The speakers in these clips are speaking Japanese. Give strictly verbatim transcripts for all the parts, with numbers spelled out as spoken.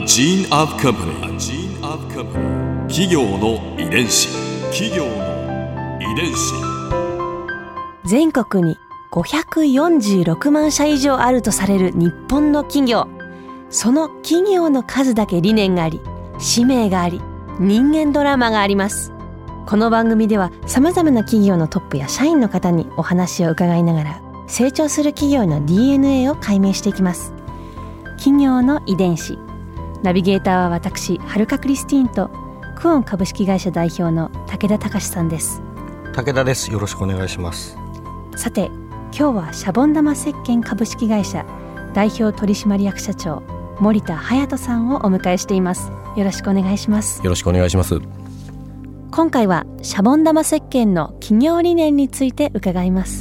gene of company. A gene of company. 企業の遺伝子。企業の遺伝子。 全国にごひゃくよんじゅうろくまんしゃ以上あるとされる日本の企業。その企業の数だけ理念があり、使命があり、人間ドラマがあります。この番組では様々な企業のトップや社員の方にお話を伺いながら、成長する企業の ディーエヌエー を解明していきます。企業の遺伝子。ナビゲーターは私、はるかクリスティーンとクオン株式会社代表の武田隆さんです。 武田です。よろしくお願いします。 さて、今日はシャボン玉石鹸株式会社代表取締役社長森田隼人さんをお迎えしています。よろしくお願いします。 よろしくお願いします。 今回はシャボン玉石鹸の企業理念について伺います。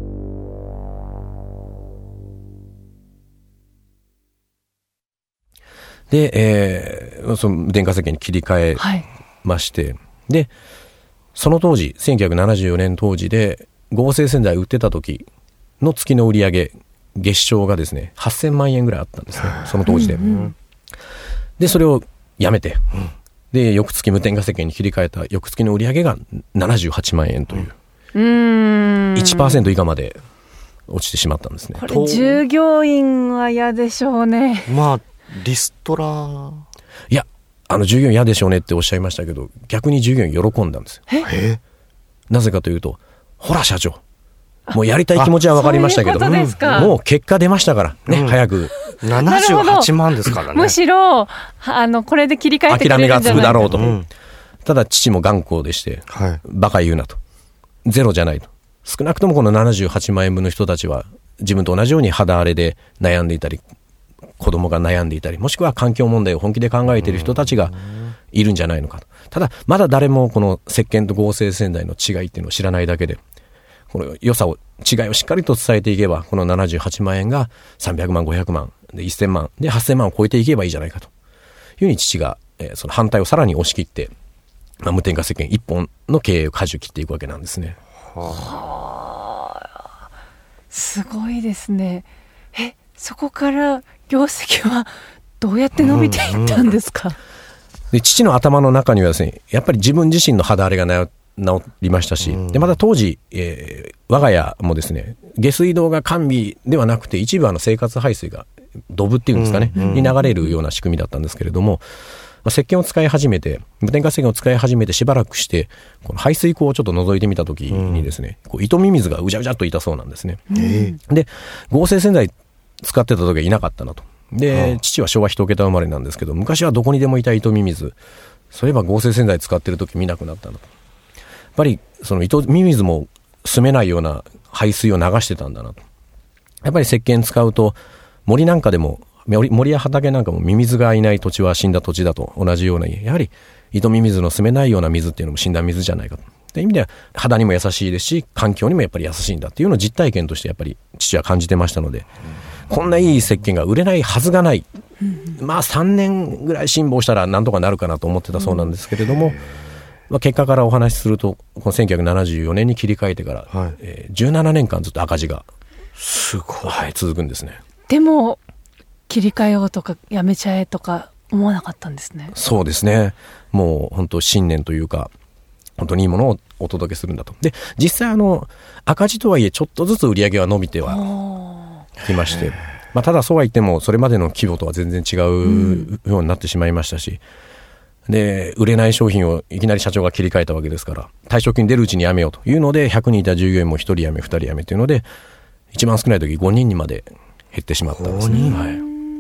で、えー、その電化石鹸に切り替えまして、はい、でその当時せんきゅうひゃくななじゅうよねん当時で合成洗剤売ってた時の月の売り上げ月賞がですねはっせんまんえんぐらいあったんですね、その当時で、うんうん、でそれをやめて、うん、で翌月無添加石鹸に切り替えた翌月の売り上げがななじゅうはちまんえんという、うん、いちパーセント 以下まで落ちてしまったんですね。 これ従業員は嫌でしょうね。 まあリストラ、いやあの従業員嫌でしょうねっておっしゃいましたけど、逆に従業員喜んだんですよ。えなぜかというと、ほら社長もうやりたい気持ちは分かりましたけど、ううもう結果出ましたからね、うん、早くななじゅうはちまんですからね。 むしろあのこれで切り替えてくれるんじゃないか、 諦めがつくだろうと、うん、ただ父も頑固でして、はい、バカ言うなと、ゼロじゃないと、少なくともこのななじゅうはちまんえんぶんの人たちは自分と同じように肌荒れで悩んでいたり、子供が悩んでいたり、もしくは環境問題を本気で考えている人たちがいるんじゃないのかと。ただまだ誰もこの石鹸と合成洗剤の違いっていうのを知らないだけで、この良さを違いをしっかりと伝えていけば、このななじゅうはちまんえんがさんびゃくまんごひゃくまんでせんまんではっせんまんを超えていけばいいじゃないかというふうに父が、えー、その反対をさらに押し切って、まあ、無添加石鹸一本の経営を舵を切っていくわけなんですね。 はあ、すごいですね。えそこから業績はどうやって伸びていったんですか？うんうん、 で父の頭の中にはですね、やっぱり自分自身の肌荒れが治りましたし、うん、でまた当時、えー、我が家もですね、下水道が完備ではなくて一部あの生活排水がドブっていうんですかね、うんうん、に流れるような仕組みだったんですけれども、まあ、石鹸を使い始めて無添加石鹸を使い始めてしばらくして、この排水口をちょっと覗いてみたときにですね、うん、こう糸ミミズがうじゃうじゃっといたそうなんですね、うん、で合成洗剤使ってた時はいなかったなと。で、はあ、父は昭和一桁生まれなんですけど、昔はどこにでもいた糸ミミズ、そういえば合成洗剤使ってる時見なくなったなと。やっぱりその糸ミミズも住めないような排水を流してたんだなと。やっぱり石鹸使うと森なんかでも、森や畑なんかもミミズがいない土地は死んだ土地だと同じような、やはり糸ミミズの住めないような水っていうのも死んだ水じゃないかと。という意味では肌にも優しいですし、環境にもやっぱり優しいんだっていうのを実体験としてやっぱり父は感じてましたので、こんないい石鹸が売れないはずがない、うん、まあさんねんぐらい辛抱したらなんとかなるかなと思ってたそうなんですけれども、うん、まあ、結果からお話しすると、このせんきゅうひゃくななじゅうよねんに切り替えてから、はい、えー、じゅうななねんかんずっと赤字がすごい、はい、続くんですね。 でも切り替えようとかやめちゃえとか思わなかったんですね。 そうですね、もう本当信念というか、本当にいいものをお届けするんだと。で実際あの赤字とはいえちょっとずつ売り上げは伸びてはきまして、まあ、ただそうは言ってもそれまでの規模とは全然違うようになってしまいましたし、うん、で売れない商品をいきなり社長が切り替えたわけですから、退職金出るうちにやめようというのでひゃくにんいた従業員もひとり辞めふたり辞めというので、一番少ない時ごにんにまで減ってしまったんですね。はい、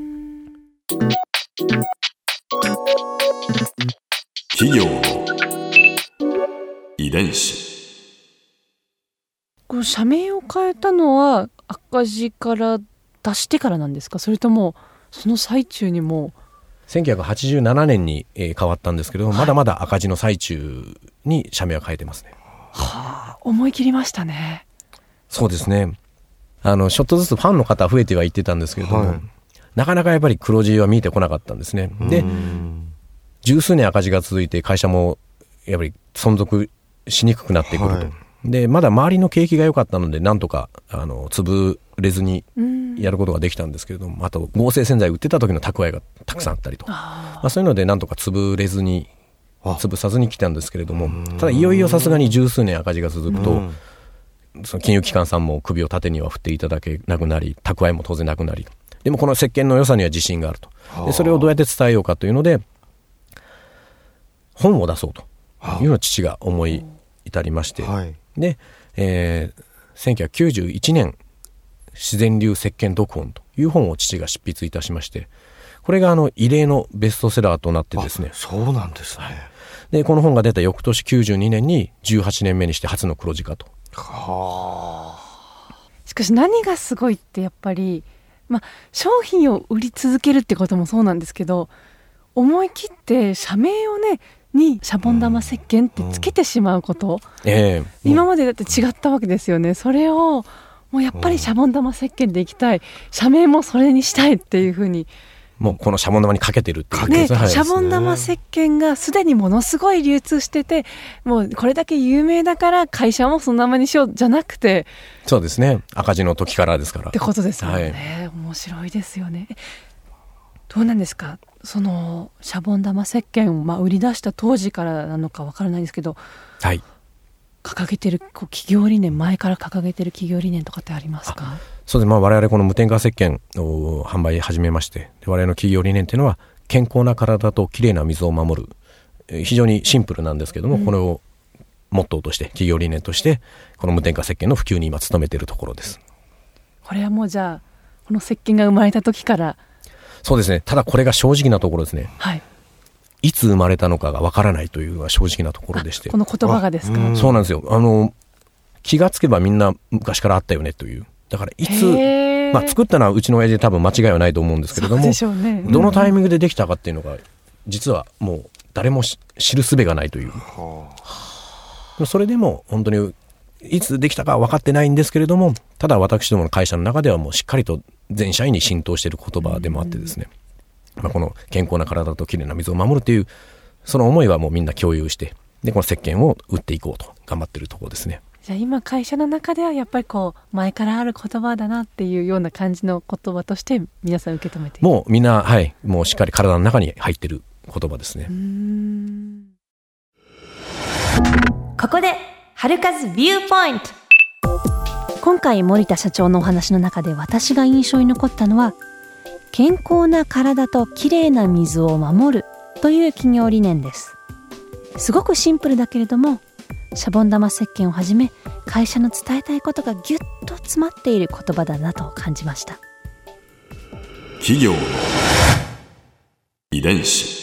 企業の遺伝子。 こう社名を変えたのは赤字から出してからなんですか、それともその最中にも？ せんきゅうひゃくはちじゅうななねんに、えー、変わったんですけども、はい、まだまだ赤字の最中に社名は変えてますね。 はあ、思い切りましたね。 そうですね、あのちょっとずつファンの方増えてはいってたんですけれども、はい、なかなかやっぱり黒字は見えてこなかったんですね。で十数年赤字が続いて会社もやっぱり存続しにくくなってくると、はい、でまだ周りの景気が良かったのでなんとかあの潰れずにやることができたんですけれども、あと合成洗剤売ってた時の蓄えがたくさんあったりと、あ、まあ、そういうのでなんとか潰れずに潰さずに来たんですけれども、ただいよいよさすがに十数年赤字が続くと、その金融機関さんも首を縦には振っていただけなくなり、蓄えも当然なくなり、でもこの石鹸の良さには自信があると。でそれをどうやって伝えようかというので本を出そうというのを父が思い至りまして、はい、で、えー、せんきゅうひゃくきゅうじゅういちねん自然流石鹸読本という本を父が執筆いたしまして、これがあの異例のベストセラーとなってですね。 そうなんですね。 でこの本が出た翌年きゅうじゅうにねんにじゅうはちねんめにして初の黒字化と。 はあ。しかし何がすごいってやっぱり、まあ、商品を売り続けるってこともそうなんですけど、思い切って社名をねにシャボン玉石鹸ってつけてしまうこと、うんえー、今までだって違ったわけですよね。それをもうやっぱりシャボン玉石鹸でいきたい、社名もそれにしたいっていうふうに、 もうこのシャボン玉にかけてるっていうね、シャボン玉石鹸がすでにものすごい流通してて、もうこれだけ有名だから会社もその名前にしようじゃなくて、 そうですね、赤字の時からですからってことですよね、はい、面白いですよね。どうなんですか、そのシャボン玉石鹸をまあ売り出した当時からなのかわからないんですけど、はい、掲げてるこう企業理念、前から掲げてる企業理念とかってありますか？ そうです、まあ、我々この無添加石鹸を販売始めまして、我々の企業理念というのは健康な体ときれいな水を守る、非常にシンプルなんですけども、うん、これをモットーとして企業理念としてこの無添加石鹸の普及に今努めているところです。 これはもうじゃあこの石鹸が生まれた時から。 そうですね、ただこれが正直なところですね、はい、いつ生まれたのかがわからないというのが正直なところでして。 この言葉がですか？ そうなんですよ。あの気がつけばみんな昔からあったよねという、だからいつ、まあ、作ったのはうちの親父で多分間違いはないと思うんですけれども、そうでしょうね、うん、どのタイミングでできたかっていうのが実はもう誰も知る術がないという、はあ、それでも本当にいつできたかは分かってないんですけれども、ただ私どもの会社の中ではもうしっかりと全社員に浸透している言葉でもあってですね、まあ、この健康な体ときれいな水を守るというその思いはもうみんな共有して、でこの石鹸を売っていこうと頑張っているところですね。 じゃあ今会社の中ではやっぱりこう前からある言葉だなっていうような感じの言葉として皆さん受け止めている。 もうみんな、はい、もうしっかり体の中に入っている言葉ですね。 うーん、ここで春風ビューポイント。今回森田社長のお話の中で私が印象に残ったのは、健康な体ときれいな水を守るという企業理念です。すごくシンプルだけれども、シャボン玉石鹸をはじめ会社の伝えたいことがぎゅっと詰まっている言葉だなと感じました。 企業の遺伝子。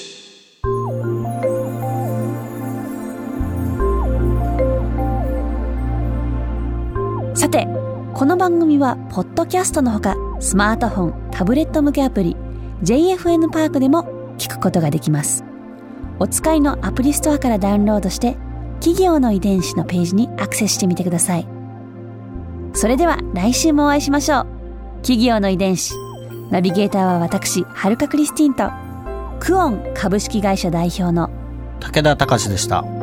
さて、この番組はポッドキャストのほかスマートフォン、タブレット向けアプリ ジェイエフエヌ パークでも聞くことができます。お使いのアプリストアからダウンロードして企業の遺伝子のページにアクセスしてみてください。それでは来週もお会いしましょう。企業の遺伝子、ナビゲーターは私はるかクリスティンとクオン株式会社代表の武田隆でした。